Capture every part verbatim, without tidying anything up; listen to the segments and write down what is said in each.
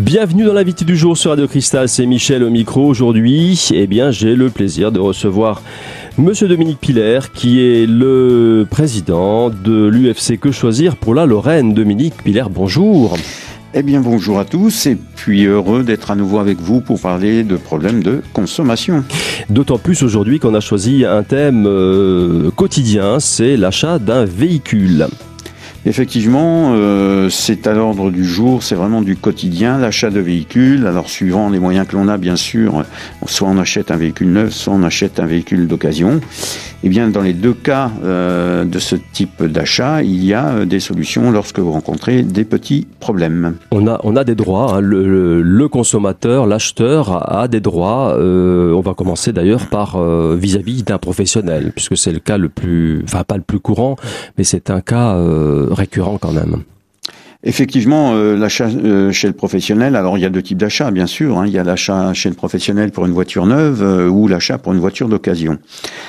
Bienvenue dans l'invité du jour sur Radio Cristal, c'est Michel au micro. Aujourd'hui, eh bien, j'ai le plaisir de recevoir Monsieur Dominique Piller, qui est le président de l'U F C Que Choisir pour la Lorraine. Dominique Piller, bonjour. Eh bien, bonjour à tous et puis heureux d'être à nouveau avec vous pour parler de problèmes de consommation. D'autant plus aujourd'hui qu'on a choisi un thème euh, quotidien, c'est l'achat d'un véhicule. Effectivement, euh, c'est à l'ordre du jour, c'est vraiment du quotidien, l'achat de véhicules. Alors, suivant les moyens que l'on a, bien sûr, soit on achète un véhicule neuf, soit on achète un véhicule d'occasion. Eh bien, dans les deux cas euh, de ce type d'achat, il y a des solutions lorsque vous rencontrez des petits problèmes. On a, on a des droits, hein. le, le, le consommateur, l'acheteur a des droits. Euh, on va commencer d'ailleurs par euh, vis-à-vis d'un professionnel, puisque c'est le cas le plus, enfin pas le plus courant, mais c'est un cas euh, récurrent quand même. Effectivement, euh, l'achat euh, chez le professionnel, alors il y a deux types d'achats, bien sûr. Hein. Il y a l'achat chez le professionnel pour une voiture neuve euh, ou l'achat pour une voiture d'occasion.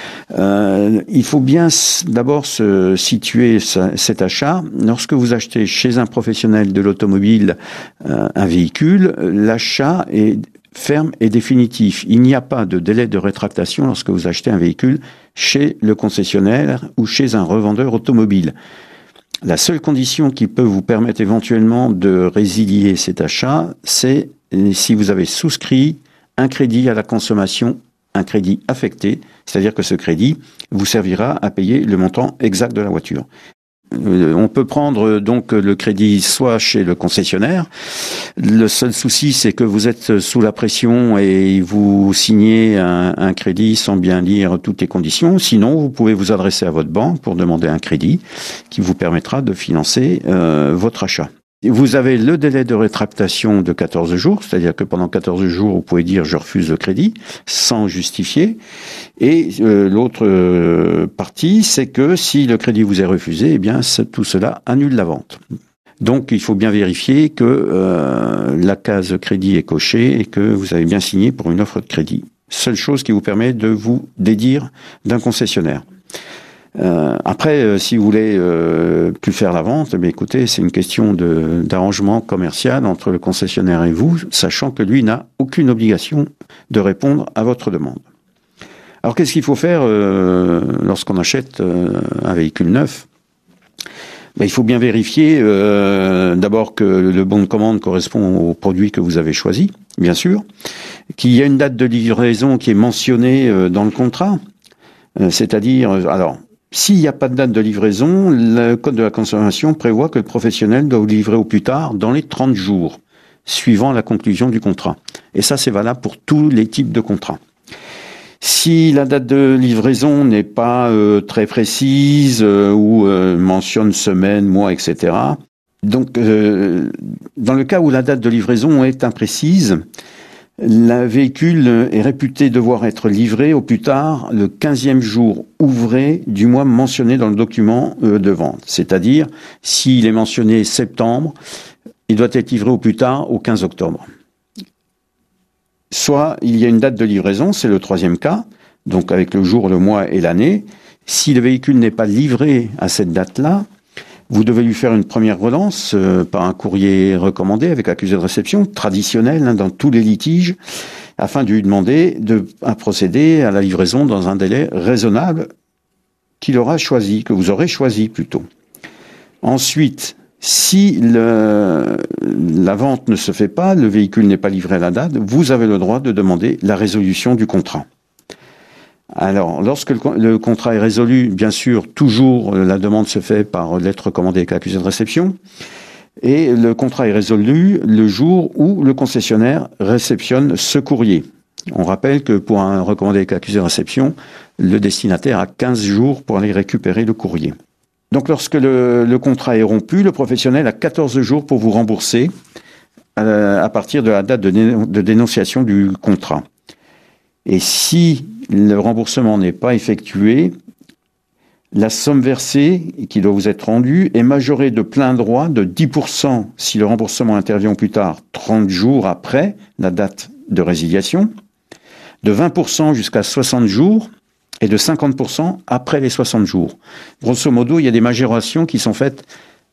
Euh, il faut bien s- d'abord se situer sa- cet achat. Lorsque vous achetez chez un professionnel de l'automobile euh, un véhicule, l'achat est ferme et définitif. Il n'y a pas de délai de rétractation lorsque vous achetez un véhicule chez le concessionnaire ou chez un revendeur automobile. La seule condition qui peut vous permettre éventuellement de résilier cet achat, c'est si vous avez souscrit un crédit à la consommation, un crédit affecté, c'est-à-dire que ce crédit vous servira à payer le montant exact de la voiture. Euh, on peut prendre donc le crédit soit chez le concessionnaire. Le seul souci, c'est que vous êtes sous la pression et vous signez un, un crédit sans bien lire toutes les conditions. Sinon, vous pouvez vous adresser à votre banque pour demander un crédit qui vous permettra de financer euh, votre achat. Vous avez le délai de rétractation de quatorze jours, c'est-à-dire que pendant quatorze jours, vous pouvez dire « je refuse le crédit » sans justifier. Et euh, l'autre euh, partie, c'est que si le crédit vous est refusé, eh bien tout cela annule la vente. Donc il faut bien vérifier que euh, la case crédit est cochée et que vous avez bien signé pour une offre de crédit. Seule chose qui vous permet de vous dédire d'un concessionnaire. Euh, après, euh, si vous voulez euh, plus faire la vente, eh bien, écoutez, c'est une question de, d'arrangement commercial entre le concessionnaire et vous, sachant que lui n'a aucune obligation de répondre à votre demande. Alors, qu'est-ce qu'il faut faire euh, lorsqu'on achète euh, un véhicule neuf ? Ben, il faut bien vérifier euh, d'abord que le bon de commande correspond au produit que vous avez choisi, bien sûr, qu'il y a une date de livraison qui est mentionnée euh, dans le contrat, euh, c'est-à-dire, alors, s'il n'y a pas de date de livraison, le Code de la consommation prévoit que le professionnel doit vous livrer au plus tard dans les trente jours, suivant la conclusion du contrat. Et ça, c'est valable pour tous les types de contrats. Si la date de livraison n'est pas euh, très précise euh, ou euh, mentionne semaine, mois, et cetera, donc euh, dans le cas où la date de livraison est imprécise, le véhicule est réputé devoir être livré au plus tard le quinzième jour ouvré du mois mentionné dans le document de vente. C'est-à-dire, s'il est mentionné septembre, il doit être livré au plus tard au quinze octobre. Soit il y a une date de livraison, c'est le troisième cas, donc avec le jour, le mois et l'année. Si le véhicule n'est pas livré à cette date-là, vous devez lui faire une première relance euh, par un courrier recommandé avec accusé de réception, traditionnel hein, dans tous les litiges, afin de lui demander de à procéder à la livraison dans un délai raisonnable qu'il aura choisi, que vous aurez choisi plutôt. Ensuite, si le, la vente ne se fait pas, le véhicule n'est pas livré à la date, vous avez le droit de demander la résolution du contrat. Alors, lorsque le, le contrat est résolu, bien sûr, toujours la demande se fait par lettre recommandée avec accusé de réception, et le contrat est résolu le jour où le concessionnaire réceptionne ce courrier. On rappelle que pour un recommandé avec accusé de réception, le destinataire a quinze jours pour aller récupérer le courrier. Donc, lorsque le, le contrat est rompu, le professionnel a quatorze jours pour vous rembourser à, à partir de la date de, dé, de dénonciation du contrat. Et si le remboursement n'est pas effectué, la somme versée qui doit vous être rendue est majorée de plein droit de dix pour cent si le remboursement intervient plus tard, trente jours après la date de résiliation, de vingt pour cent jusqu'à soixante jours et de cinquante pour cent après les soixante jours. Grosso modo, il y a des majorations qui sont faites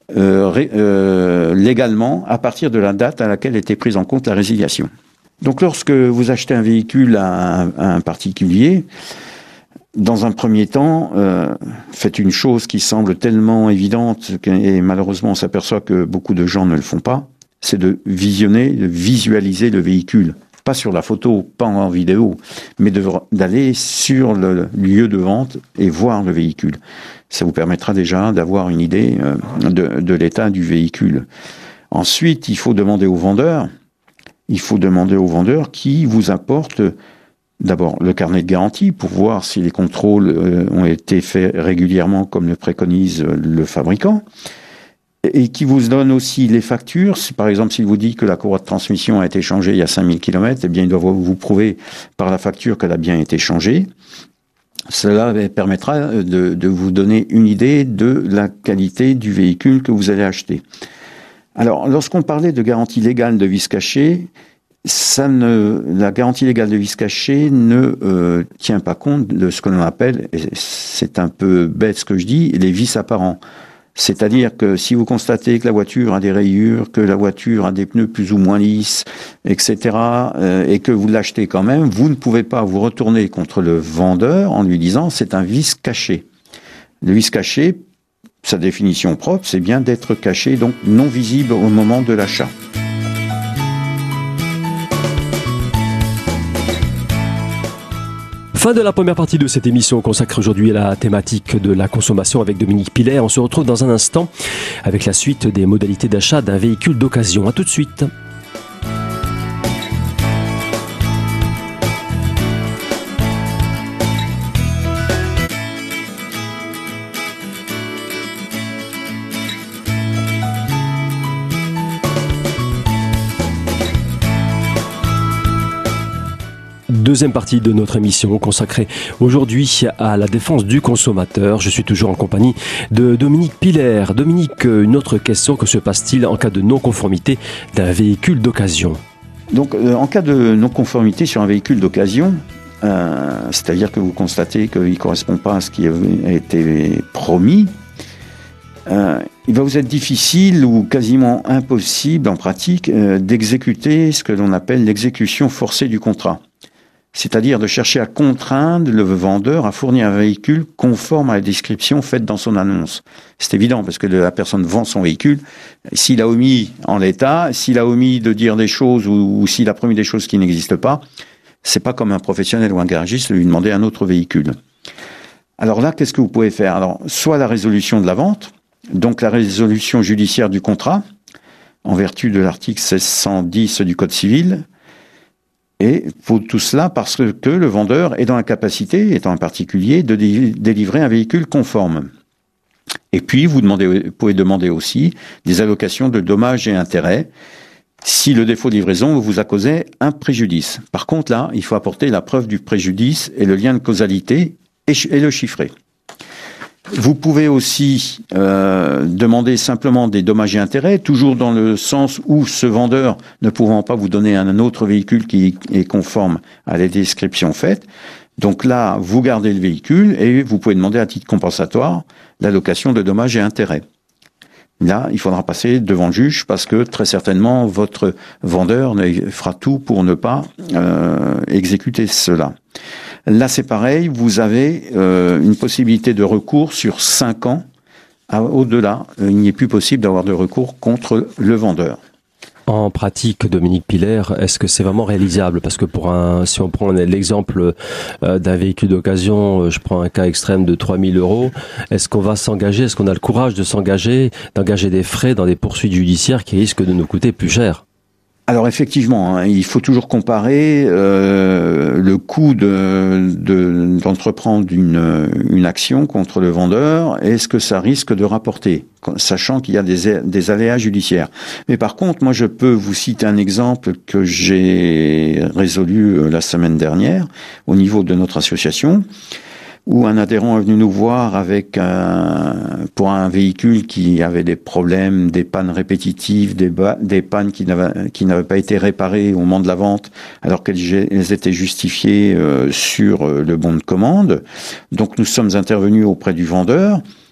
euh, ré, euh, légalement à partir de la date à laquelle était prise en compte la résiliation. Donc lorsque vous achetez un véhicule à un, à un particulier, dans un premier temps, euh, faites une chose qui semble tellement évidente et malheureusement on s'aperçoit que beaucoup de gens ne le font pas, c'est de visionner, de visualiser le véhicule. Pas sur la photo, pas en vidéo, mais de, d'aller sur le lieu de vente et voir le véhicule. Ça vous permettra déjà d'avoir une idée euh, de, de l'état du véhicule. Ensuite, il faut demander au vendeur, il faut demander au vendeur qui vous apporte d'abord le carnet de garantie pour voir si les contrôles euh, ont été faits régulièrement comme le préconise le fabricant. Et qui vous donne aussi les factures. Par exemple, s'il vous dit que la courroie de transmission a été changée il y a cinq mille kilomètres, eh bien, il doit vous prouver par la facture qu'elle a bien été changée. Cela permettra de, de vous donner une idée de la qualité du véhicule que vous allez acheter. Alors, lorsqu'on parlait de garantie légale de vis cachée, ça ne, la garantie légale de vis cachée ne euh, tient pas compte de ce que l'on appelle, et c'est un peu bête ce que je dis, les vices apparents. C'est-à-dire que si vous constatez que la voiture a des rayures, que la voiture a des pneus plus ou moins lisses, et cetera, euh, et que vous l'achetez quand même, vous ne pouvez pas vous retourner contre le vendeur en lui disant c'est un vice caché. Le vice caché, sa définition propre, c'est bien d'être caché, donc non visible au moment de l'achat. Fin de la première partie de cette émission consacrée aujourd'hui à la thématique de la consommation avec Dominique Piller. On se retrouve dans un instant avec la suite des modalités d'achat d'un véhicule d'occasion. À tout de suite. Deuxième partie de notre émission consacrée aujourd'hui à la défense du consommateur. Je suis toujours en compagnie de Dominique Piller. Dominique, une autre question, que se passe-t-il en cas de non-conformité d'un véhicule d'occasion ? Donc, euh, en cas de non-conformité sur un véhicule d'occasion, euh, c'est-à-dire que vous constatez qu'il ne correspond pas à ce qui a été promis, euh, il va vous être difficile ou quasiment impossible en pratique euh, d'exécuter ce que l'on appelle l'exécution forcée du contrat. C'est-à-dire de chercher à contraindre le vendeur à fournir un véhicule conforme à la description faite dans son annonce. C'est évident parce que la personne vend son véhicule. S'il a omis en l'état, s'il a omis de dire des choses ou, ou s'il a promis des choses qui n'existent pas, c'est pas comme un professionnel ou un garagiste de lui demander un autre véhicule. Alors là, qu'est-ce que vous pouvez faire ? Alors, soit la résolution de la vente, donc la résolution judiciaire du contrat, en vertu de l'article seize cent dix du Code civil. Et pour tout cela parce que le vendeur est dans la capacité, étant un particulier, de délivrer un véhicule conforme. Et puis, vous, demandez, vous pouvez demander aussi des allocations de dommages et intérêts si le défaut de livraison vous a causé un préjudice. Par contre, là, il faut apporter la preuve du préjudice et le lien de causalité et, et le chiffrer. Vous pouvez aussi euh, demander simplement des dommages et intérêts, toujours dans le sens où ce vendeur, ne pouvant pas vous donner un autre véhicule qui est conforme à la description faite. Donc là, vous gardez le véhicule et vous pouvez demander à titre compensatoire l'allocation de dommages et intérêts. Là, il faudra passer devant le juge parce que très certainement votre vendeur fera tout pour ne pas euh, exécuter cela. Là, c'est pareil, vous avez euh, une possibilité de recours sur cinq ans. Au-delà, il n'est plus possible d'avoir de recours contre le vendeur. En pratique, Dominique Piller, est-ce que c'est vraiment réalisable ? Parce que pour un, si on prend l'exemple euh, d'un véhicule d'occasion, je prends un cas extrême de trois mille euros, est-ce qu'on va s'engager, est-ce qu'on a le courage de s'engager, d'engager des frais dans des poursuites judiciaires qui risquent de nous coûter plus cher ? Alors effectivement, hein, il faut toujours comparer euh, le coût de, de, d'entreprendre une, une action contre le vendeur et ce que ça risque de rapporter, sachant qu'il y a des, des aléas judiciaires. Mais par contre, moi je peux vous citer un exemple que j'ai résolu la semaine dernière au niveau de notre association, où un adhérent est venu nous voir avec un, pour un véhicule qui avait des problèmes, des pannes répétitives, des, ba, des pannes qui n'avaient, qui n'avaient pas été réparées au moment de la vente, alors qu'elles étaient justifiées euh, sur le bon de commande. Donc nous sommes intervenus auprès du vendeur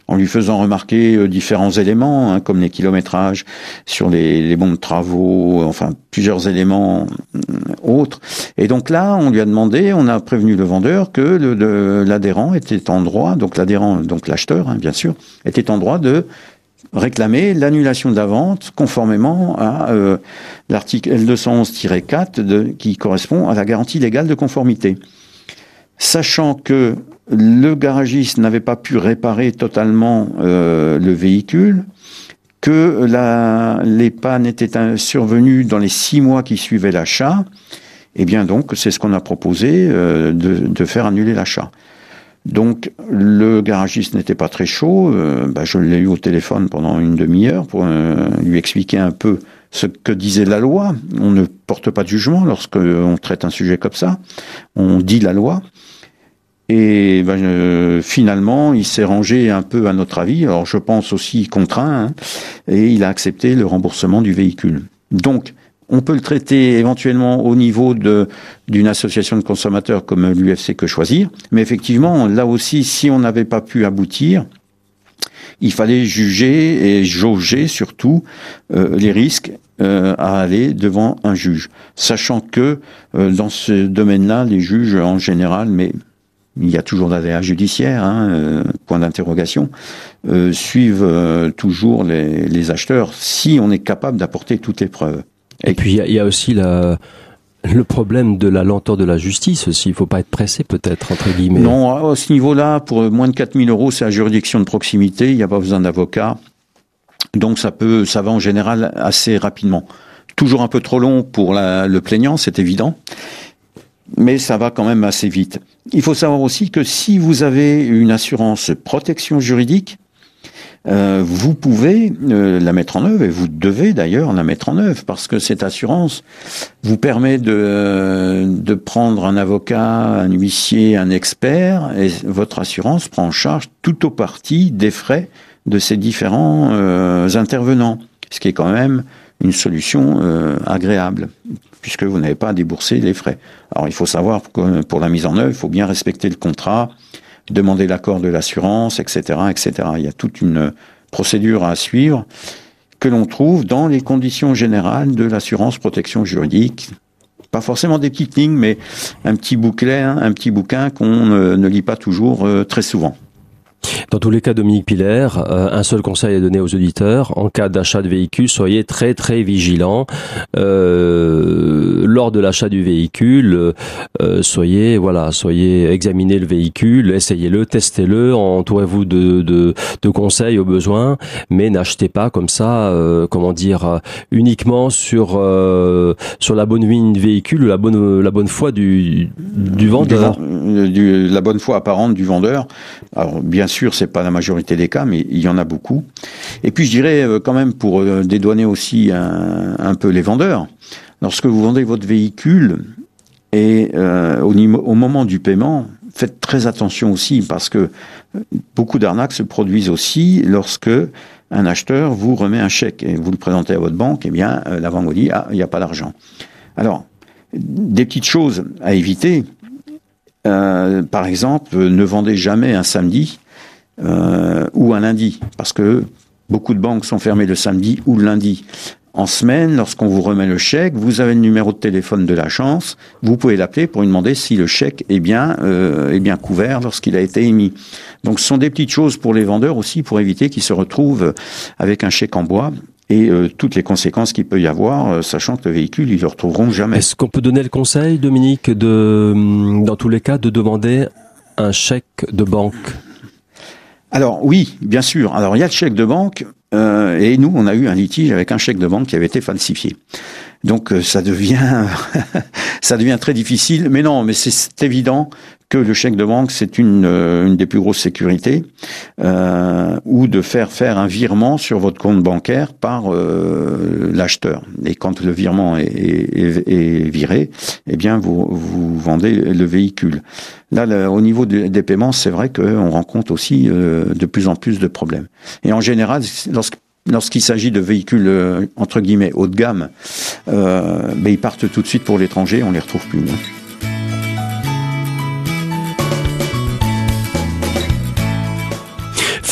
en lui faisant remarquer euh, différents éléments, hein, comme les kilométrages sur les, les bons de travaux, enfin plusieurs éléments euh, autres. Et donc là, on lui a demandé, on a prévenu le vendeur que le, le, l'adhérent était en droit, donc l'adhérent, donc l'acheteur, hein, bien sûr, était en droit de réclamer l'annulation de la vente conformément à euh, l'article L deux cent onze tiret quatre de, qui correspond à la garantie légale de conformité. Sachant que le garagiste n'avait pas pu réparer totalement euh, le véhicule, que la, les pannes étaient survenues dans les six mois qui suivaient l'achat, et bien donc c'est ce qu'on a proposé euh, de, de faire annuler l'achat. Donc le garagiste n'était pas très chaud, euh, bah, je l'ai eu au téléphone pendant une demi-heure pour euh, lui expliquer un peu ce que disait la loi. On ne porte pas de jugement lorsqu'on traite un sujet comme ça, on dit la loi. Et ben, euh, finalement, il s'est rangé un peu à notre avis, alors je pense aussi contraint, hein, et il a accepté le remboursement du véhicule. Donc, on peut le traiter éventuellement au niveau de d'une association de consommateurs comme l'U F C Que Choisir, mais effectivement, là aussi, si on n'avait pas pu aboutir, il fallait juger et jauger surtout euh, les risques euh, à aller devant un juge, sachant que euh, dans ce domaine-là, les juges en général, mais il y a toujours l'aléa judiciaire, hein, euh, point d'interrogation, euh, suivent euh, toujours les, les acheteurs si on est capable d'apporter toutes les preuves. Et, Et puis il y, y a aussi la, le problème de la lenteur de la justice aussi. Il ne faut pas être pressé peut-être, entre guillemets. Non, à ce niveau-là, pour moins de quatre mille euros, c'est la juridiction de proximité, il n'y a pas besoin d'avocat. Donc ça peut, ça va en général assez rapidement. Toujours un peu trop long pour la, le plaignant, c'est évident. Mais ça va quand même assez vite. Il faut savoir aussi que si vous avez une assurance protection juridique, euh, vous pouvez euh, la mettre en œuvre, et vous devez d'ailleurs la mettre en œuvre, parce que cette assurance vous permet de, de prendre un avocat, un huissier, un expert, et votre assurance prend en charge tout au parti des frais de ces différents euh, intervenants, ce qui est quand même une solution euh, agréable, puisque vous n'avez pas à débourser les frais. Alors il faut savoir que pour la mise en œuvre, il faut bien respecter le contrat, demander l'accord de l'assurance, et cetera, et cetera. Il y a toute une procédure à suivre que l'on trouve dans les conditions générales de l'assurance protection juridique. Pas forcément des petites lignes, mais un petit bouquin, un petit bouquin qu'on ne, ne lit pas toujours euh, très souvent. Dans tous les cas, Dominique Piller, euh, un seul conseil à donner aux auditeurs. En cas d'achat de véhicule, soyez très très vigilants. Euh, lors de l'achat du véhicule, euh, soyez, voilà, soyez, examinez le véhicule, essayez-le, testez-le, entourez-vous de, de, de conseils au besoin, mais n'achetez pas comme ça, euh, comment dire, uniquement sur, euh, sur la bonne ligne du véhicule ou la bonne, la bonne foi du, du vendeur. Du, du, la bonne foi apparente du vendeur. Alors, bien sûr, c'est pas la majorité des cas, mais il y en a beaucoup. Et puis, je dirais quand même, pour dédouaner aussi un, un peu les vendeurs, lorsque vous vendez votre véhicule et euh, au, au moment du paiement, faites très attention aussi, parce que beaucoup d'arnaques se produisent aussi lorsque un acheteur vous remet un chèque et vous le présentez à votre banque, et bien la banque vous dit ah, il n'y a pas d'argent. Alors, des petites choses à éviter. Euh, par exemple, ne vendez jamais un samedi euh, ou un lundi, parce que beaucoup de banques sont fermées le samedi ou le lundi. En semaine, lorsqu'on vous remet le chèque, vous avez le numéro de téléphone de l'agence, vous pouvez l'appeler pour lui demander si le chèque est bien, euh, est bien couvert lorsqu'il a été émis. Donc ce sont des petites choses pour les vendeurs aussi, pour éviter qu'ils se retrouvent avec un chèque en bois et euh, toutes les conséquences qu'il peut y avoir, euh, sachant que le véhicule, ils ne le retrouveront jamais. Est-ce qu'on peut donner le conseil, Dominique, de, dans tous les cas, de demander un chèque de banque ? Alors oui, bien sûr. Alors il y a le chèque de banque, euh, et nous, on a eu un litige avec un chèque de banque qui avait été falsifié. Donc euh, ça devient, ça devient très difficile. Mais non, mais c'est, c'est évident que le chèque de banque, c'est une, euh, une des plus grosses sécurités, euh, ou de faire faire un virement sur votre compte bancaire par euh, l'acheteur. Et quand le virement est, est, est viré, eh bien vous, vous vendez le véhicule. Là, le, au niveau de, des paiements, c'est vrai qu'on rencontre aussi euh, de plus en plus de problèmes. Et en général, lorsque Lorsqu'il s'agit de véhicules euh, entre guillemets haut de gamme, euh, ben ils partent tout de suite pour l'étranger, on les retrouve plus. Hein.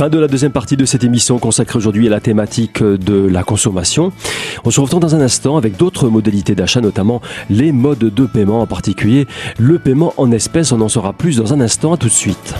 Fin de la deuxième partie de cette émission consacrée aujourd'hui à la thématique de la consommation. On se retrouve dans un instant avec d'autres modalités d'achat, notamment les modes de paiement, en particulier le paiement en espèces. On en saura plus dans un instant. À tout de suite.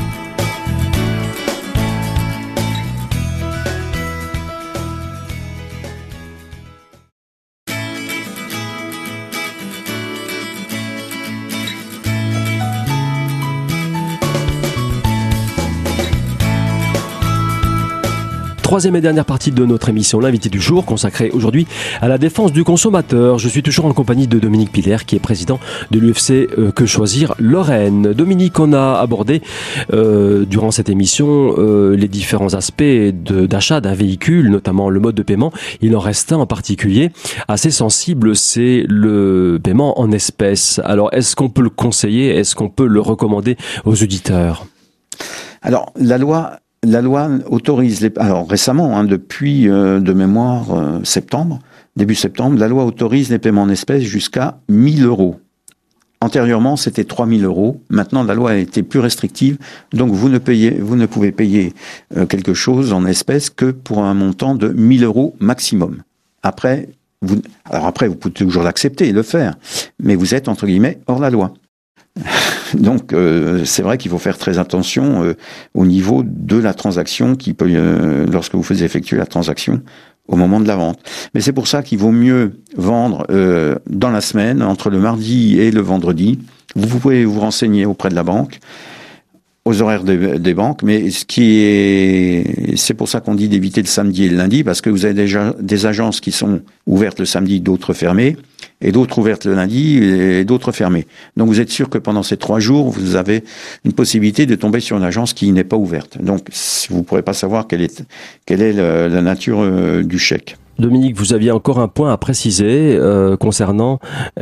Troisième et dernière partie de notre émission, l'invité du jour, consacrée aujourd'hui à la défense du consommateur. Je suis toujours en compagnie de Dominique Piller, qui est président de l'U F C euh, Que Choisir Lorraine. Dominique, on a abordé euh, durant cette émission euh, les différents aspects de, d'achat d'un véhicule, notamment le mode de paiement. Il en reste un en particulier assez sensible, c'est le paiement en espèces. Alors, est-ce qu'on peut le conseiller? Est-ce qu'on peut le recommander aux auditeurs? Alors, la loi... La loi autorise, les, alors récemment, hein, depuis euh, de mémoire euh, septembre, début septembre, la loi autorise les paiements en espèces jusqu'à mille euros. Antérieurement, c'était trois mille euros. Maintenant, la loi a été plus restrictive, donc vous ne payez, vous ne pouvez payer euh, quelque chose en espèces que pour un montant de mille euros maximum. Après, vous, alors après, vous pouvez toujours l'accepter et le faire, mais vous êtes entre guillemets hors la loi. Donc euh, c'est vrai qu'il faut faire très attention euh, au niveau de la transaction qui peut, euh, lorsque vous faites effectuer la transaction au moment de la vente. Mais c'est pour ça qu'il vaut mieux vendre euh, dans la semaine, entre le mardi et le vendredi. Vous pouvez vous renseigner auprès de la banque, aux horaires des, des banques, mais ce qui est, c'est pour ça qu'on dit d'éviter le samedi et le lundi, parce que vous avez déjà des agences qui sont ouvertes le samedi, d'autres fermées, et d'autres ouvertes le lundi et d'autres fermées. Donc vous êtes sûr que pendant ces trois jours, vous avez une possibilité de tomber sur une agence qui n'est pas ouverte. Donc vous ne pourrez pas savoir quelle est, quelle est la, la nature euh, du chèque. Dominique, vous aviez encore un point à préciser euh, concernant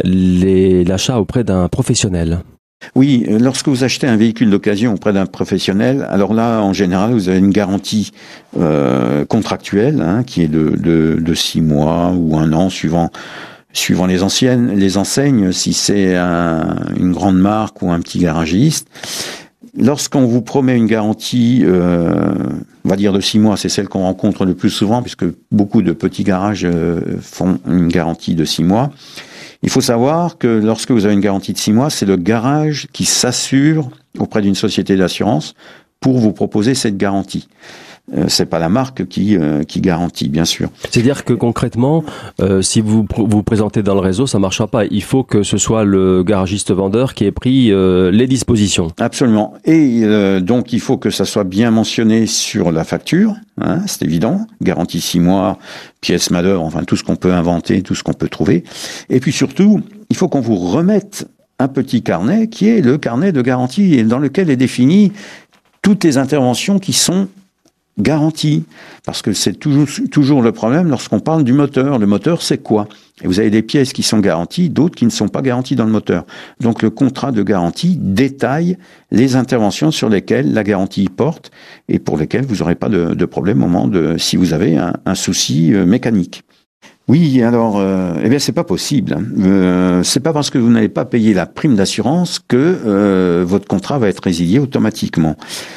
les, l'achat auprès d'un professionnel. Oui, lorsque vous achetez un véhicule d'occasion auprès d'un professionnel, alors là, en général, vous avez une garantie euh, contractuelle hein, qui est de, de, de six mois ou un an, suivant suivant les anciennes, les enseignes, si c'est un, une grande marque ou un petit garagiste. Lorsqu'on vous promet une garantie, euh, on va dire de six mois, c'est celle qu'on rencontre le plus souvent, puisque beaucoup de petits garages euh, font une garantie de six mois. Il faut savoir que lorsque vous avez une garantie de six mois, c'est le garage qui s'assure auprès d'une société d'assurance pour vous proposer cette garantie. Euh, c'est pas la marque qui euh, qui garantit, bien sûr. C'est-à-dire que concrètement, euh, si vous vous présentez dans le réseau, ça marchera pas. Il faut que ce soit le garagiste vendeur qui ait pris euh, les dispositions. Absolument. Et euh, donc il faut que ça soit bien mentionné sur la facture, hein, c'est évident. Garantie six mois, pièce main-d'œuvre, enfin tout ce qu'on peut inventer, tout ce qu'on peut trouver. Et puis surtout, il faut qu'on vous remette un petit carnet qui est le carnet de garantie et dans lequel est défini toutes les interventions qui sont garantie, parce que c'est toujours, toujours le problème lorsqu'on parle du moteur. Le moteur, c'est quoi? Et vous avez des pièces qui sont garanties, d'autres qui ne sont pas garanties dans le moteur. Donc le contrat de garantie détaille les interventions sur lesquelles la garantie porte et pour lesquelles vous n'aurez pas de, de problème au moment de si vous avez un, un souci euh, mécanique. Oui, alors, euh, eh bien, c'est pas possible. Hein. Euh, c'est pas parce que vous n'avez pas payé la prime d'assurance que euh, votre contrat va être résilié automatiquement.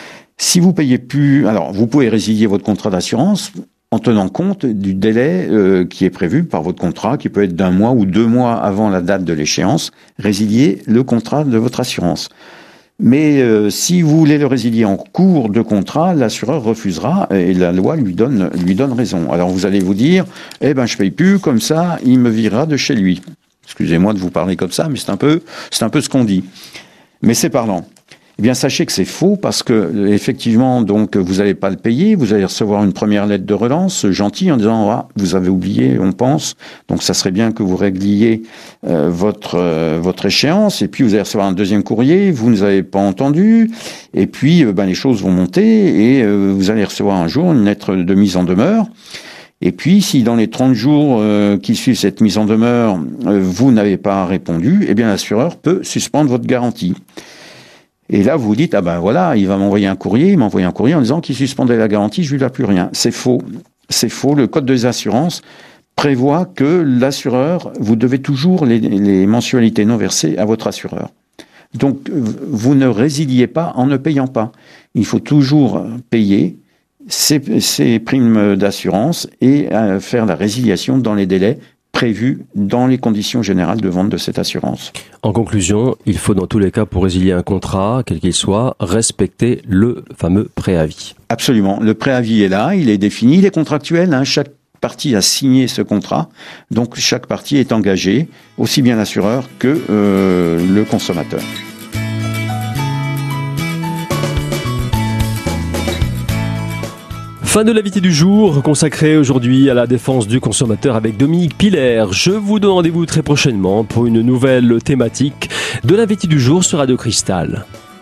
Si vous payez plus, alors vous pouvez résilier votre contrat d'assurance en tenant compte du délai euh, qui est prévu par votre contrat, qui peut être d'un mois ou deux mois avant la date de l'échéance, résilier le contrat de votre assurance. Mais euh, si vous voulez le résilier en cours de contrat, l'assureur refusera et la loi lui donne lui donne raison. Alors vous allez vous dire, eh ben je paye plus, comme ça il me virera de chez lui. Excusez-moi de vous parler comme ça, mais c'est un peu c'est un peu ce qu'on dit. Mais c'est parlant. Eh bien, sachez que c'est faux parce que, effectivement, donc, vous n'allez pas le payer. Vous allez recevoir une première lettre de relance gentille en disant, ah, vous avez oublié, on pense. Donc, ça serait bien que vous régliez euh, votre euh, votre échéance. Et puis, vous allez recevoir un deuxième courrier. Vous ne avez pas entendu. Et puis, euh, ben, les choses vont monter et euh, vous allez recevoir un jour une lettre de mise en demeure. Et puis, si dans les trente jours euh, qui suivent cette mise en demeure, euh, vous n'avez pas répondu, eh bien, l'assureur peut suspendre votre garantie. Et là, vous vous dites, ah ben voilà, il va m'envoyer un courrier, il m'a envoyé un courrier en disant qu'il suspendait la garantie, je lui dois plus rien. C'est faux. C'est faux. Le code des assurances prévoit que l'assureur, vous devez toujours les, les mensualités non versées à votre assureur. Donc, vous ne résiliez pas en ne payant pas. Il faut toujours payer ces, ces primes d'assurance et à faire la résiliation dans les délais prévus dans les conditions générales de vente de cette assurance. En conclusion, il faut dans tous les cas, pour résilier un contrat, quel qu'il soit, respecter le fameux préavis. Absolument. Le préavis est là, il est défini, il est contractuel. Hein, chaque partie a signé ce contrat, donc chaque partie est engagée, aussi bien l'assureur que euh, le consommateur. Fin de l'invité du jour, consacré aujourd'hui à la défense du consommateur avec Dominique Piller. Je vous donne rendez-vous très prochainement pour une nouvelle thématique de l'invité du jour sur Radio Cristal.